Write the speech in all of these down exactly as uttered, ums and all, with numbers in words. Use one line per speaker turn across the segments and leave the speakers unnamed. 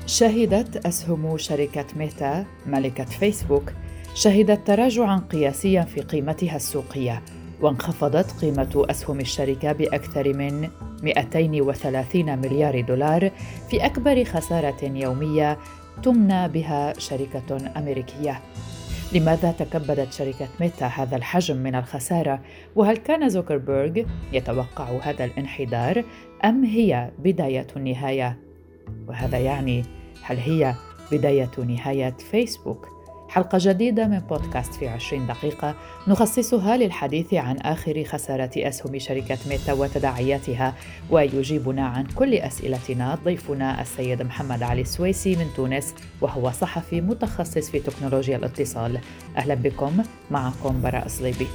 شهدت أسهم شركة ميتا مالكة فيسبوك شهدت تراجعاً قياسياً في قيمتها السوقية، وانخفضت قيمة أسهم الشركة بأكثر من مئتين وثلاثين مليار دولار في أكبر خسارة يومية تمنى بها شركة أمريكية. لماذا تكبدت شركة ميتا هذا الحجم من الخسارة؟ وهل كان زوكربيرغ يتوقع هذا الانحدار أم هي بداية النهاية؟ وهذا يعني هل هي بداية نهاية فيسبوك؟ حلقة جديدة من بودكاست في عشرين دقيقة نخصصها للحديث عن آخر خسارة أسهم شركة ميتا وتداعياتها، ويجيبنا عن كل أسئلتنا ضيفنا السيد محمد علي السويسي من تونس، وهو صحفي متخصص في تكنولوجيا الاتصال. أهلا بكم، معكم براء صليبي.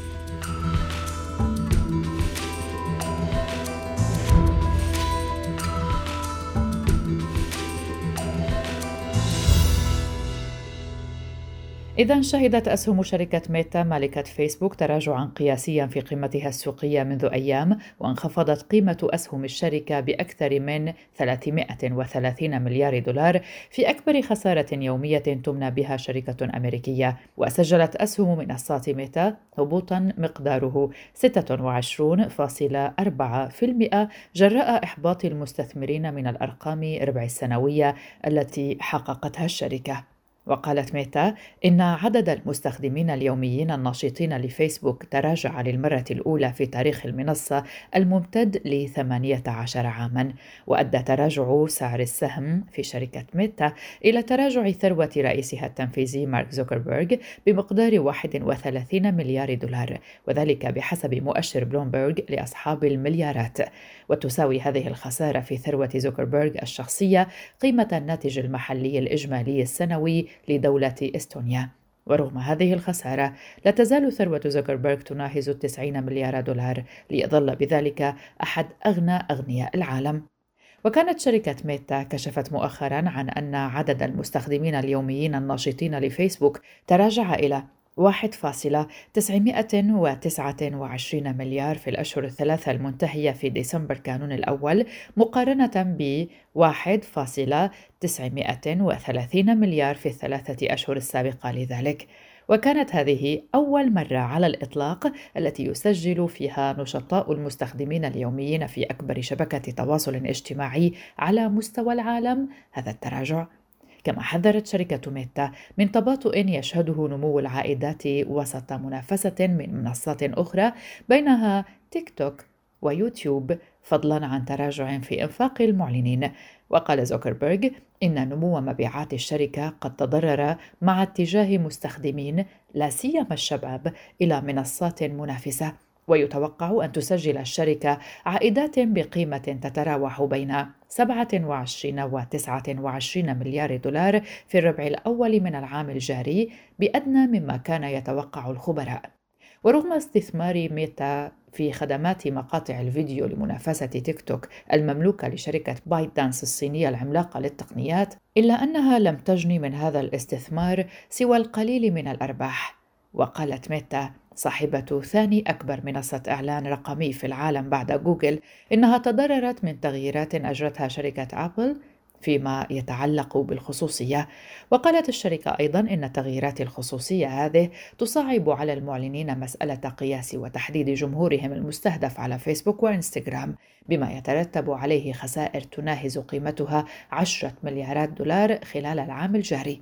إذن شهدت أسهم شركة ميتا مالكة فيسبوك تراجعاً قياسياً في قيمتها السوقية منذ أيام، وانخفضت قيمة أسهم الشركة بأكثر من ثلاثمئة وثلاثين مليار دولار في أكبر خسارة يومية تمنى بها شركة أمريكية. وسجلت أسهم منصات ميتا هبوطاً مقداره ستة وعشرين فاصلة أربعة بالمئة جراء إحباط المستثمرين من الأرقام الربع السنوية التي حققتها الشركة. وقالت ميتا إن عدد المستخدمين اليوميين النشطين لفيسبوك تراجع للمرة الأولى في تاريخ المنصة الممتد لثمانية عشر عاماً، وأدى تراجع سعر السهم في شركة ميتا إلى تراجع ثروة رئيسها التنفيذي مارك زوكربيرغ بمقدار واحد وثلاثين مليار دولار، وذلك بحسب مؤشر بلومبرغ لأصحاب المليارات. وتساوي هذه الخسارة في ثروة زوكربيرغ الشخصية قيمة الناتج المحلي الإجمالي السنوي لدولة إستونيا. ورغم هذه الخسارة لا تزال ثروة زوكربيرغ تناهز التسعين مليار دولار، ليظل بذلك أحد أغنى أغنياء العالم. وكانت شركة ميتا كشفت مؤخراً عن أن عدد المستخدمين اليوميين الناشطين لفيسبوك تراجع إلى واحد فاصلة تسعمئة وتسعة وعشرين مليار في الأشهر الثلاثة المنتهية في ديسمبر كانون الأول، مقارنة ب واحد فاصلة تسعمئة وثلاثين مليار في الثلاثة أشهر السابقة لذلك. وكانت هذه أول مرة على الإطلاق التي يسجل فيها نشطاء المستخدمين اليوميين في أكبر شبكة تواصل اجتماعي على مستوى العالم هذا التراجع. كما حذرت شركة ميتا من تباطؤ يشهده نمو العائدات وسط منافسة من منصات أخرى بينها تيك توك ويوتيوب، فضلاً عن تراجع في إنفاق المعلنين. وقال زوكربيرغ إن نمو مبيعات الشركة قد تضرر مع اتجاه مستخدمين لا سيما الشباب إلى منصات منافسة، ويتوقع أن تسجل الشركة عائدات بقيمة تتراوح بين سبعة وعشرين وتسعة وعشرين مليار دولار في الربع الأول من العام الجاري، بأدنى مما كان يتوقع الخبراء. ورغم استثمار ميتا في خدمات مقاطع الفيديو لمنافسة تيك توك المملوكة لشركة بايت دانس الصينية العملاقة للتقنيات، إلا أنها لم تجني من هذا الاستثمار سوى القليل من الأرباح. وقالت ميتا صاحبة ثاني أكبر منصة إعلان رقمي في العالم بعد جوجل إنها تضررت من تغييرات أجرتها شركة أبل فيما يتعلق بالخصوصية. وقالت الشركة أيضاً إن تغييرات الخصوصية هذه تصعب على المعلنين مسألة قياس وتحديد جمهورهم المستهدف على فيسبوك وإنستغرام، بما يترتب عليه خسائر تناهز قيمتها عشرة مليارات دولار خلال العام الجاري.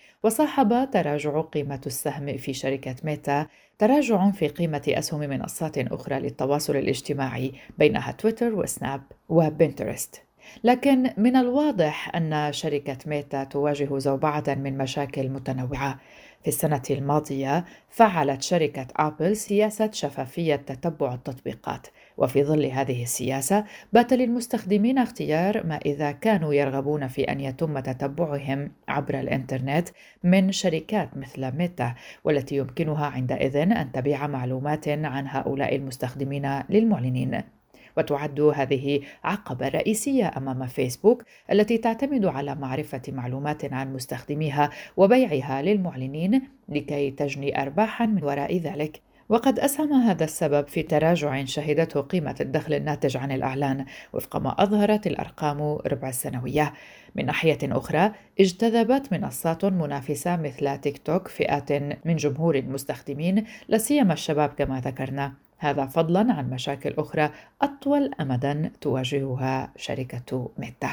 وصاحب تراجع قيمة السهم في شركة ميتا تراجع في قيمة أسهم منصات أخرى للتواصل الاجتماعي بينها تويتر وسناب وبنترست. لكن من الواضح أن شركة ميتا تواجه زوبعة من مشاكل متنوعة. في السنة الماضية فعلت شركة أبل سياسة شفافية تتبع التطبيقات، وفي ظل هذه السياسة بات للمستخدمين اختيار ما إذا كانوا يرغبون في أن يتم تتبعهم عبر الإنترنت من شركات مثل ميتا، والتي يمكنها عندئذ أن تبيع معلومات عن هؤلاء المستخدمين للمعلنين. وتعد هذه عقبة رئيسية أمام فيسبوك التي تعتمد على معرفة معلومات عن مستخدميها وبيعها للمعلنين لكي تجني أرباحاً من وراء ذلك. وقد أسهم هذا السبب في تراجع شهدته قيمة الدخل الناتج عن الإعلان وفق ما أظهرت الأرقام ربع السنوية. من ناحية أخرى، اجتذبت منصات منافسة مثل تيك توك فئات من جمهور المستخدمين لا سيما الشباب كما ذكرنا، هذا فضلا عن مشاكل أخرى أطول أمدا تواجهها شركة ميتا.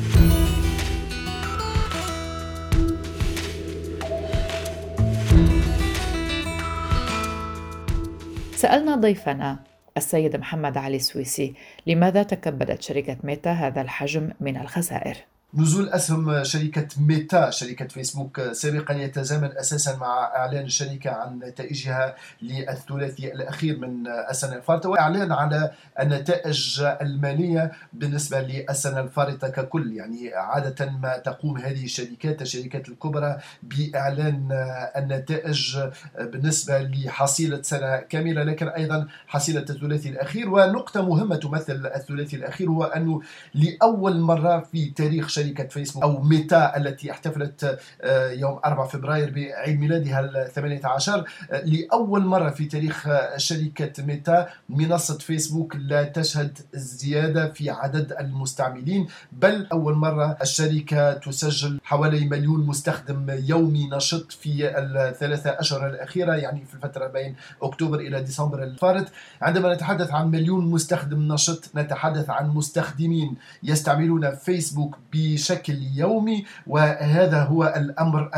سألنا ضيفنا السيد محمد علي السويسي لماذا تكبدت شركة ميتا هذا الحجم من الخسائر؟
نزول أسهم شركة ميتا شركة فيسبوك سابقا يتزامن أساسا مع إعلان الشركة عن نتائجها للثلاثي الأخير من السنة الفارطة، وإعلان على النتائج المالية بالنسبة للسنة الفارطة ككل. يعني عادة ما تقوم هذه الشركات الشركات الكبرى بإعلان النتائج بالنسبة لحصيلة سنة كاملة، لكن أيضا حصيلة الثلاثي الأخير. ونقطة مهمة تمثل الثلاثي الأخير هو أنه لأول مرة في تاريخ شركة فيسبوك أو ميتا التي احتفلت يوم أربعة فبراير بعيد ميلادها الثامنة عشر، لأول مرة في تاريخ شركة ميتا منصة فيسبوك لا تشهد زيادة في عدد المستعملين، بل أول مرة الشركة تسجل حوالي مليون مستخدم يومي نشط في الثلاثة أشهر الأخيرة، يعني في الفترة بين أكتوبر إلى ديسمبر الفارط. عندما نتحدث عن مليون مستخدم نشط نتحدث عن مستخدمين يستعملون فيسبوك بشكل يومي، وهذا هو الأمر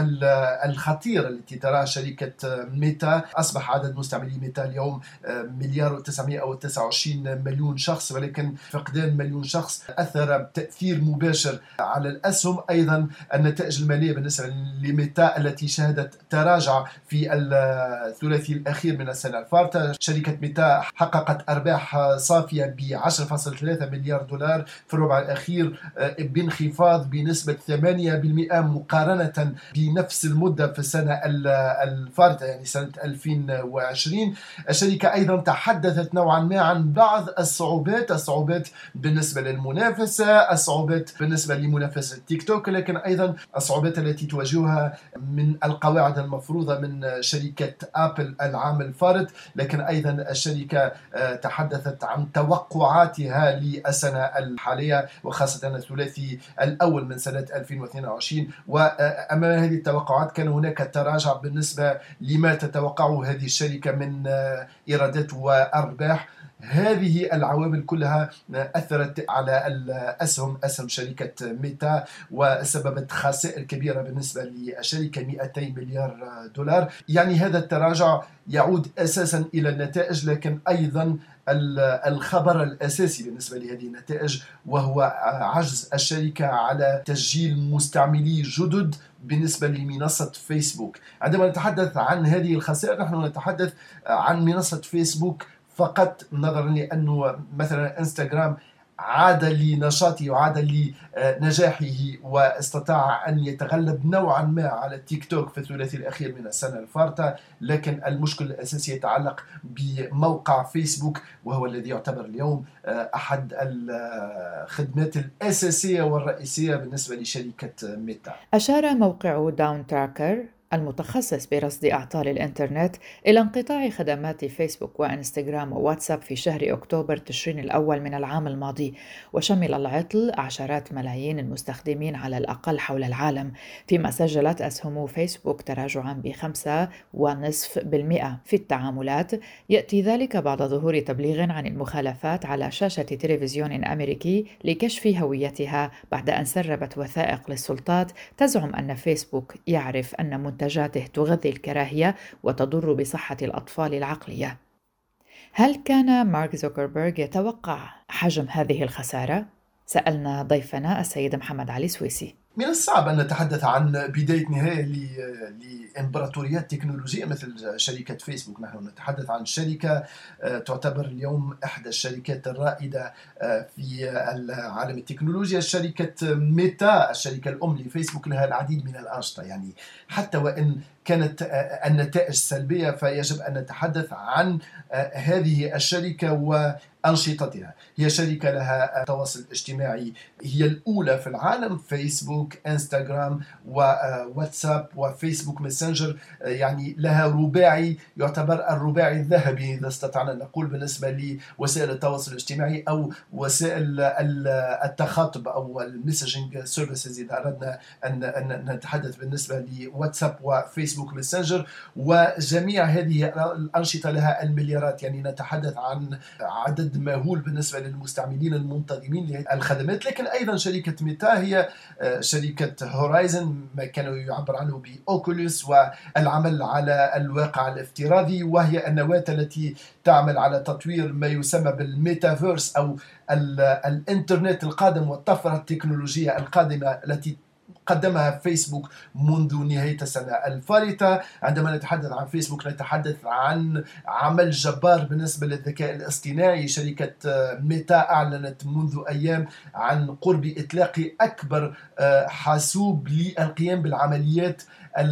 الخطير التي تراه شركة ميتا. أصبح عدد مستعملي ميتا اليوم مليار وتسعمائة وتسعة وعشرين مليون شخص، ولكن فقدان مليون شخص أثر تأثير مباشر على الأسهم. أيضا النتائج المالية بالنسبة لميتا التي شهدت تراجع في الثلاثي الأخير من السنة الفارطة. شركة ميتا حققت أرباح صافية ب عشرة فاصلة ثلاثة مليار دولار في الربع الأخير بانخفاض بنسبة ثمانية بالمئة مقارنة بنفس المدة في السنة الفارطة يعني سنة ألفين وعشرين. الشركة أيضا تحدثت نوعا ما عن بعض الصعوبات الصعوبات بالنسبة للمنافسة، الصعوبات بالنسبة لمنافسة تيك توك، لكن أيضا الصعوبات التي تواجهها من القواعد المفروضة من شركة آبل العام الفارط. لكن أيضا الشركة تحدثت عن توقعاتها للسنة الحالية وخاصة الثلاثي الأول من سنة ألفين واثنين وعشرين، وأمام هذه التوقعات كان هناك تراجع بالنسبة لما تتوقعه هذه الشركة من إيرادات وأرباح. هذه العوامل كلها أثرت على الأسهم أسهم شركة ميتا وسببت خسائر كبيرة بالنسبة للشركة مئتي مليار دولار. يعني هذا التراجع يعود أساسا إلى النتائج، لكن أيضا الخبر الأساسي بالنسبة لهذه النتائج وهو عجز الشركة على تسجيل مستعملي جدد بالنسبة لمنصة فيسبوك. عندما نتحدث عن هذه الخسائر نحن نتحدث عن منصة فيسبوك فقط، نظرا لأنه مثلا انستغرام عاد لنشاطه وعاد لنجاحه واستطاع أن يتغلب نوعا ما على تيك توك في الثلاثي الأخير من السنة الفارطة. لكن المشكل الأساسي يتعلق بموقع فيسبوك، وهو الذي يعتبر اليوم أحد الخدمات الأساسية والرئيسية بالنسبة لشركة ميتا.
أشار موقع داون تراكر المتخصص برصد أعطال الإنترنت إلى انقطاع خدمات فيسبوك وإنستغرام وواتساب في شهر أكتوبر تشرين الأول من العام الماضي، وشمل العطل عشرات ملايين المستخدمين على الأقل حول العالم، فيما سجلت أسهم فيسبوك تراجعاً بخمسة ونصف بالمئة في التعاملات. يأتي ذلك بعد ظهور تبليغ عن المخالفات على شاشة تلفزيون أمريكي لكشف هويتها بعد أن سربت وثائق للسلطات تزعم أن فيسبوك يعرف أن منتجاته تغذي الكراهية وتضر بصحة الأطفال العقلية. هل كان مارك زوكربيرغ يتوقع حجم هذه الخسارة؟ سألنا ضيفنا السيد محمد علي السويسي.
من الصعب أن نتحدث عن بداية نهاية لإمبراطوريات تكنولوجية مثل شركة فيسبوك. نحن نتحدث عن شركة تعتبر اليوم إحدى الشركات الرائدة في عالم التكنولوجيا. شركة ميتا الشركة الأم لفيسبوك لها العديد من الأنشطة، يعني حتى وإن كانت النتائج سلبية، فيجب أن نتحدث عن هذه الشركة وأنشطتها. هي شركة لها التواصل الاجتماعي هي الأولى في العالم، فيسبوك، إنستغرام، وواتساب وفيسبوك ماسنجر، يعني لها رباعي يعتبر الرباعي الذهبي إذا استطعنا نقول بالنسبة لوسائل التواصل الاجتماعي أو وسائل التخاطب أو المسجنج سيرفيسز إذا أردنا أن نتحدث بالنسبة لواتساب وفيسبوك ماسنجر. وجميع هذه الأنشطة لها المليارات، يعني نتحدث عن عدد مهول بالنسبة للمستعملين المنتظمين للخدمات. لكن أيضا شركة ميتا هي شركة هورايزن، ما كانوا يعبر عنه بأوكولوس، والعمل على الواقع الافتراضي، وهي النواة التي تعمل على تطوير ما يسمى بالميتافيرس أو الإنترنت القادم والطفرة التكنولوجية القادمة التي قدمها فيسبوك منذ نهاية السنة الفارطة. عندما نتحدث عن فيسبوك نتحدث عن عمل جبار بالنسبة للذكاء الاصطناعي. شركة ميتا أعلنت منذ أيام عن قرب إطلاق أكبر حاسوب للقيام بالعمليات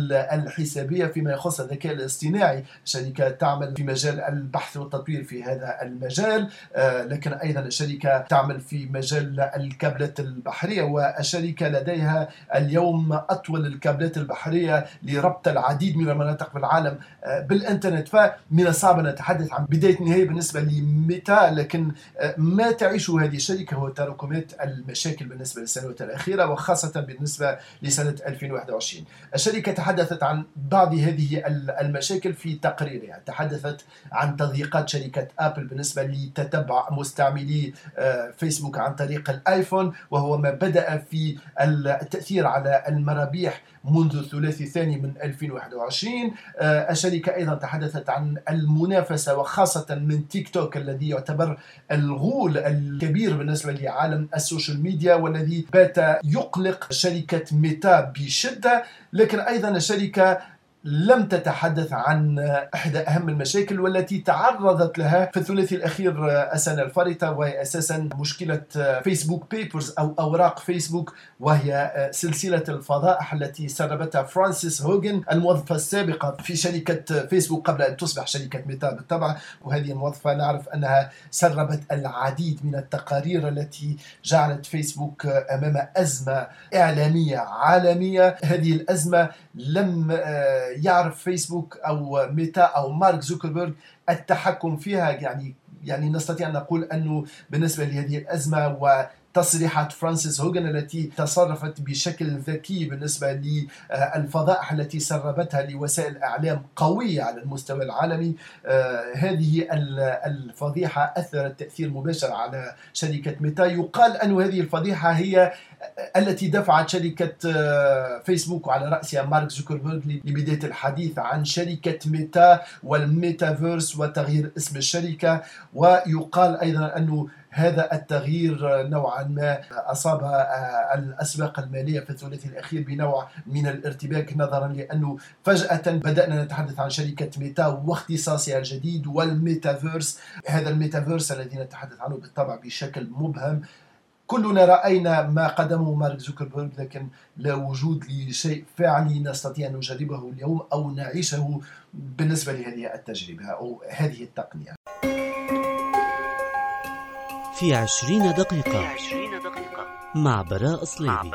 الحسابية فيما يخص الذكاء الاصطناعي. شركة تعمل في مجال البحث والتطوير في هذا المجال، لكن أيضا الشركة تعمل في مجال الكابلات البحرية، والشركة لديها اليوم أطول الكابلات البحرية لربط العديد من المناطق في العالم بالإنترنت. فمن الصعب أن نتحدث عن بداية نهاية بالنسبة لميتا، لكن ما تعيشه هذه الشركة هو تراكمات المشاكل بالنسبة للسنوات الأخيرة، وخاصة بالنسبة لسنة ألفين وواحد وعشرين. الشركة تحدثت عن بعض هذه المشاكل في تقريرها. تحدثت عن تضييقات شركة أبل بالنسبة لتتبع مستعملي فيسبوك عن طريق الآيفون، وهو ما بدأ في التأثير على المرابيح منذ الثلاثي الثاني من ألفين وواحد وعشرين. الشركة أيضا تحدثت عن المنافسة وخاصة من تيك توك الذي يعتبر الغول الكبير بالنسبة لعالم السوشيال ميديا، والذي بات يقلق شركة ميتا بشدة. لكن أيضا الشركة لم تتحدث عن إحدى أهم المشاكل والتي تعرضت لها في الثلاثي الأخير السنة الفارطة، وهي أساسا مشكلة فيسبوك بيبرز أو أوراق فيسبوك، وهي سلسلة الفضائح التي سربتها فرانسيس هوغن، الموظفة السابقة في شركة فيسبوك قبل أن تصبح شركة ميتا بالطبع. وهذه الموظفة نعرف أنها سربت العديد من التقارير التي جعلت فيسبوك أمام أزمة إعلامية عالمية. هذه الأزمة لم يعرف فيسبوك أو ميتا أو مارك زوكربيرغ التحكم فيها. يعني يعني نستطيع أن نقول أنه بالنسبة لهذه الأزمة وتصريحات فرانسيس هوغن التي تصرفت بشكل ذكي بالنسبة للفضائح التي سربتها لوسائل إعلام قوية على المستوى العالمي، هذه الفضيحة أثرت تأثير مباشر على شركة ميتا. يقال أن هذه الفضيحة هي التي دفعت شركة فيسبوك وعلى رأسها مارك زوكربيرغ لبداية الحديث عن شركة ميتا والميتافيرس وتغيير اسم الشركة. ويقال أيضا أنه هذا التغيير نوعا ما أصاب الأسواق المالية في الثلاثي الأخير بنوع من الارتباك، نظرا لأنه فجأة بدأنا نتحدث عن شركة ميتا واختصاصها الجديد والميتافيرس. هذا الميتافيرس الذي نتحدث عنه بالطبع بشكل مبهم. كلنا رأينا ما قدمه مارك زوكربيرغ، لكن لا وجود لشيء فعلي نستطيع أن نجربه اليوم أو نعيشه بالنسبة لهذه التجربة أو هذه التقنية.
في عشرين دقيقة مع براء صليبي.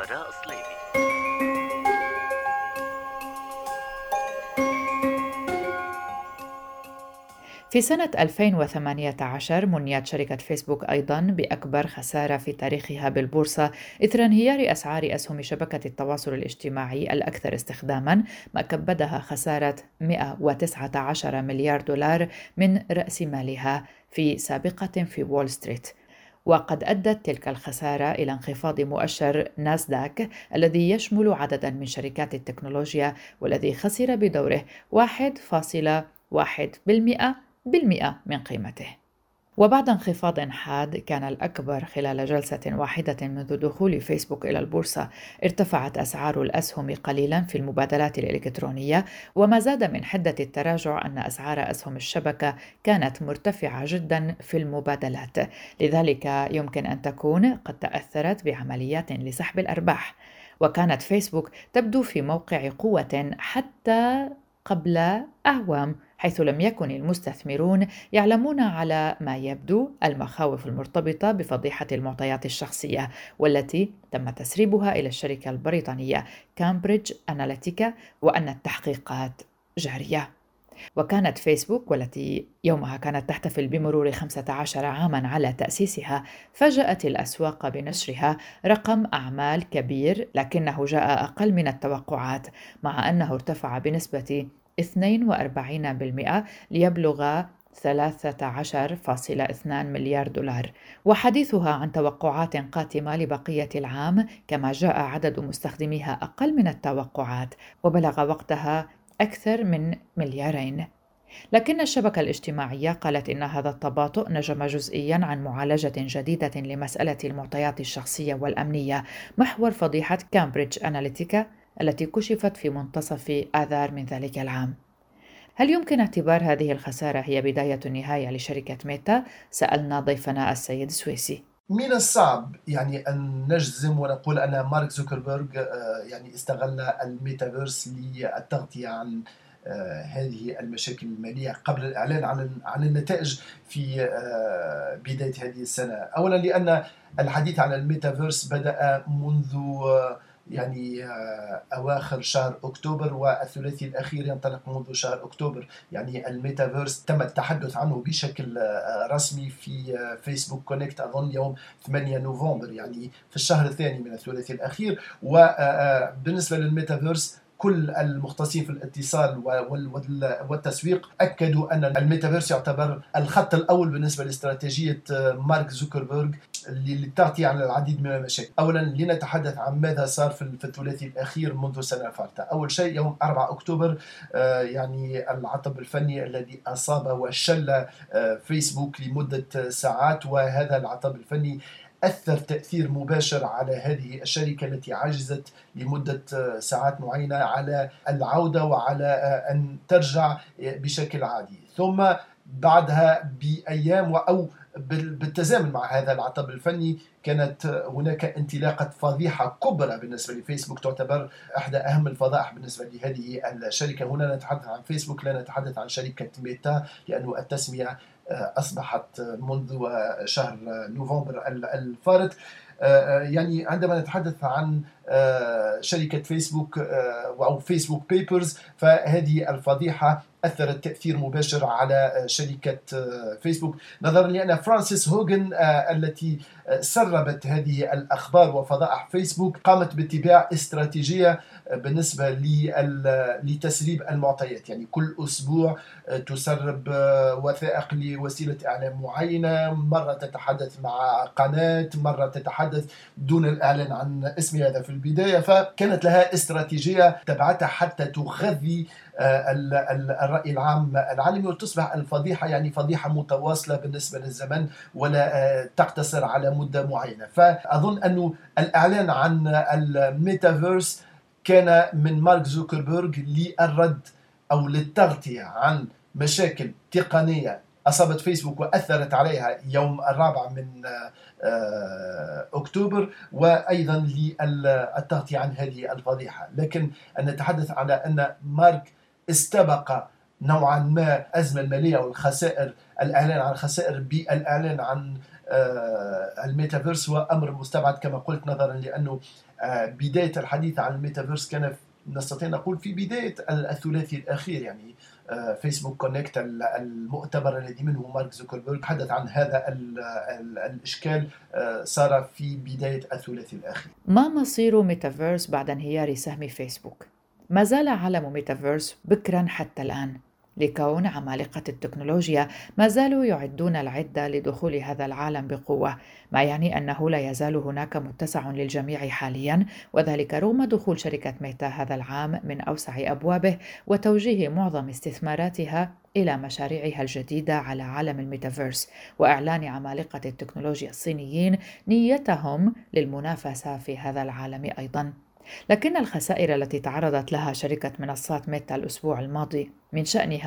في سنة ألفين وثمانية عشر منيت شركة فيسبوك أيضاً بأكبر خسارة في تاريخها بالبورصة إثر انهيار أسعار أسهم شبكة التواصل الاجتماعي الأكثر استخداماً، ما كبدها خسارة مئة وتسعة عشر مليار دولار من رأس مالها في سابقة في وول ستريت. وقد أدت تلك الخسارة إلى انخفاض مؤشر ناسداك الذي يشمل عدداً من شركات التكنولوجيا، والذي خسر بدوره واحد فاصلة واحد بالمئة بالمئة من قيمته. وبعد انخفاض حاد كان الأكبر خلال جلسة واحدة منذ دخول فيسبوك إلى البورصة، ارتفعت أسعار الأسهم قليلا في المبادلات الإلكترونية، وما زاد من حدة التراجع أن أسعار أسهم الشبكة كانت مرتفعة جدا في المبادلات، لذلك يمكن أن تكون قد تأثرت بعمليات لسحب الأرباح. وكانت فيسبوك تبدو في موقع قوة حتى قبل أعوام، حيث لم يكن المستثمرون يعلمون على ما يبدو المخاوف المرتبطة بفضيحة المعطيات الشخصية، والتي تم تسريبها إلى الشركة البريطانية كامبريدج أناليتيكا، وأن التحقيقات جارية. وكانت فيسبوك، والتي يومها كانت تحتفل بمرور خمسة عشر عاماً على تأسيسها، فاجأت الأسواق بنشرها رقم أعمال كبير لكنه جاء أقل من التوقعات، مع أنه ارتفع بنسبة اثنين وأربعين بالمئة ليبلغ ثلاثة عشر فاصلة اثنين مليار دولار، وحديثها عن توقعات قاتمة لبقية العام، كما جاء عدد مستخدميها أقل من التوقعات وبلغ وقتها أكثر من مليارين. لكن الشبكة الاجتماعية قالت إن هذا التباطؤ نجم جزئياً عن معالجة جديدة لمسألة المعطيات الشخصية والأمنية، محور فضيحة كامبريدج أناليتيكا التي كشفت في منتصف آذار من ذلك العام. هل يمكن اعتبار هذه الخسارة هي بداية النهاية لشركة ميتا؟ سألنا ضيفنا السيد السويسي.
من الصعب يعني أن نجزم ونقول أن مارك زوكربيرغ يعني استغل الميتافيرس للتغطية عن هذه المشاكل المالية قبل الإعلان عن عن النتائج في بداية هذه السنة. أولا لأن الحديث عن الميتافيرس بدأ منذ يعني أواخر شهر أكتوبر، والثلاثي الأخير ينطلق منذ شهر أكتوبر. يعني الميتافيرس تم التحدث عنه بشكل رسمي في فيسبوك كونكت أظن يوم ثمانية نوفمبر، يعني في الشهر الثاني من الثلاثي الأخير. وبالنسبة للميتافيرس كل المختصين في الاتصال والتسويق أكدوا أن الميتافيرس يعتبر الخط الأول بالنسبة لاستراتيجية مارك زوكربيرغ للتغطية على العديد من المشاكل. أولا لنتحدث عن ماذا صار في الثلاثي الأخير منذ سنة فاتت. أول شيء يوم أربعة أكتوبر يعني العطب الفني الذي أصاب وشل فيسبوك لمدة ساعات، وهذا العطب الفني أثر تأثير مباشر على هذه الشركة التي عجزت لمدة ساعات معينة على العودة وعلى أن ترجع بشكل عادي. ثم بعدها بأيام أو بالتزامن مع هذا العطب الفني كانت هناك انطلاقة فضيحة كبرى بالنسبة لفيسبوك، تعتبر إحدى أهم الفضائح بالنسبة لهذه الشركة. هنا نتحدث عن فيسبوك، لا نتحدث عن شركة ميتا، لأن التسمية أصبحت منذ شهر نوفمبر الفارط. يعني عندما نتحدث عن شركة فيسبوك أو فيسبوك بيبرز، فهذه الفضيحة أثرت تأثير مباشر على شركة فيسبوك، نظرا لأن فرانسيس هوغن التي سربت هذه الأخبار وفضائح فيسبوك قامت باتباع استراتيجية بالنسبة لتسريب المعطيات. يعني كل أسبوع تسرب وثائق لوسيلة إعلام معينة، مرة تتحدث مع قناة، مرة تتحدث دون الإعلان عن اسم هذا في البداية. فكانت لها استراتيجية تبعتها حتى تغذي الرأي العام العالمي، وتصبح الفضيحة يعني فضيحة متواصلة بالنسبة للزمن ولا تقتصر على مدة معينة. فأظن أنه الإعلان عن الميتافيرس كان من مارك زوكربيرغ للرد أو للتغطية عن مشاكل تقنية أصابت فيسبوك وأثرت عليها يوم الرابع من أكتوبر، وأيضا للتغطية عن هذه الفضيحة. لكن أن نتحدث على أن مارك استبق نوعا ما أزمة المالية والخسائر، الإعلان عن الخسائر بالإعلان عن الميتافيرس هو أمر مستبعد كما قلت، نظرا لأنه بداية الحديث عن الميتافيرس كان نستطيع نقول في بداية الثلاثي الأخير، يعني فيسبوك كونكت المؤتمر الذي منه مارك زوكربيرغ تحدث عن هذا ال ال الإشكال صار في بداية الثلاثي الأخير.
ما مصير ميتافيرس بعد انهيار سهم فيسبوك؟ ما زال عالم ميتافيرس بكرا حتى الآن، لكون عمالقة التكنولوجيا ما زالوا يعدون العدة لدخول هذا العالم بقوة، ما يعني أنه لا يزال هناك متسع للجميع حالياً، وذلك رغم دخول شركة ميتا هذا العام من أوسع أبوابه وتوجيه معظم استثماراتها إلى مشاريعها الجديدة على عالم الميتافيرس، وإعلان عمالقة التكنولوجيا الصينيين نيتهم للمنافسة في هذا العالم أيضاً. لكن الخسائر التي تعرضت لها شركة منصات ميتا الأسبوع الماضي من شأنها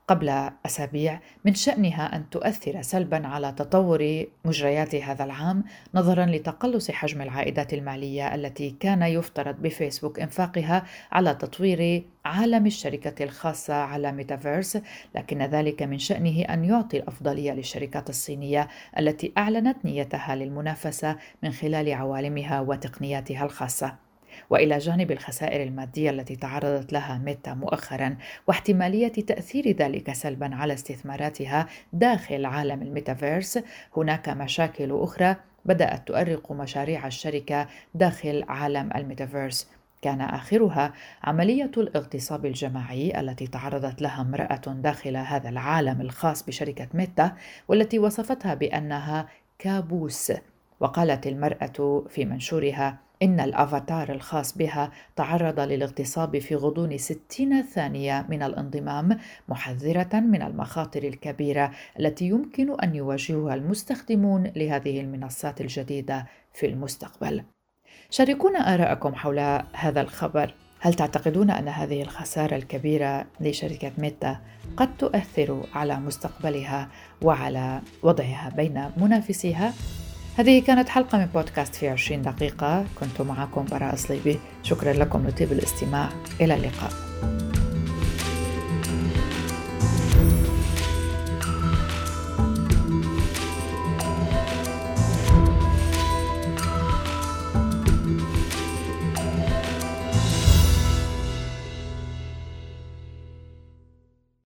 قبل أسابيع من شأنها أن تؤثر سلباً على تطور مجريات هذا العام نظراً لتقلص حجم العائدات المالية التي كان يفترض بفيسبوك إنفاقها على تطوير عالم الشركة الخاصة على ميتافيرس، لكن ذلك من شأنه أن يعطي الأفضلية للشركات الصينية التي أعلنت نيتها للمنافسة من خلال عوالمها وتقنياتها الخاصة. وإلى جانب الخسائر المادية التي تعرضت لها ميتا مؤخرا واحتمالية تأثير ذلك سلبا على استثماراتها داخل عالم الميتافيرس، هناك مشاكل أخرى بدأت تؤرق مشاريع الشركة داخل عالم الميتافيرس. كان آخرها عملية الاغتصاب الجماعي التي تعرضت لها امرأة داخل هذا العالم الخاص بشركة ميتا، والتي وصفتها بأنها كابوس. وقالت المرأة في منشورها إن الأفاتار الخاص بها تعرض للاغتصاب في غضون ستين ثانية من الانضمام، محذرة من المخاطر الكبيرة التي يمكن أن يواجهها المستخدمون لهذه المنصات الجديدة في المستقبل. شاركونا آراءكم حول هذا الخبر. هل تعتقدون أن هذه الخسارة الكبيرة لشركة ميتا قد تؤثر على مستقبلها وعلى وضعها بين منافسيها؟ هذه كانت حلقة من بودكاست في عشرين دقيقة، كنت معكم براء صليبي. شكرا لكم لطيب الاستماع، إلى اللقاء.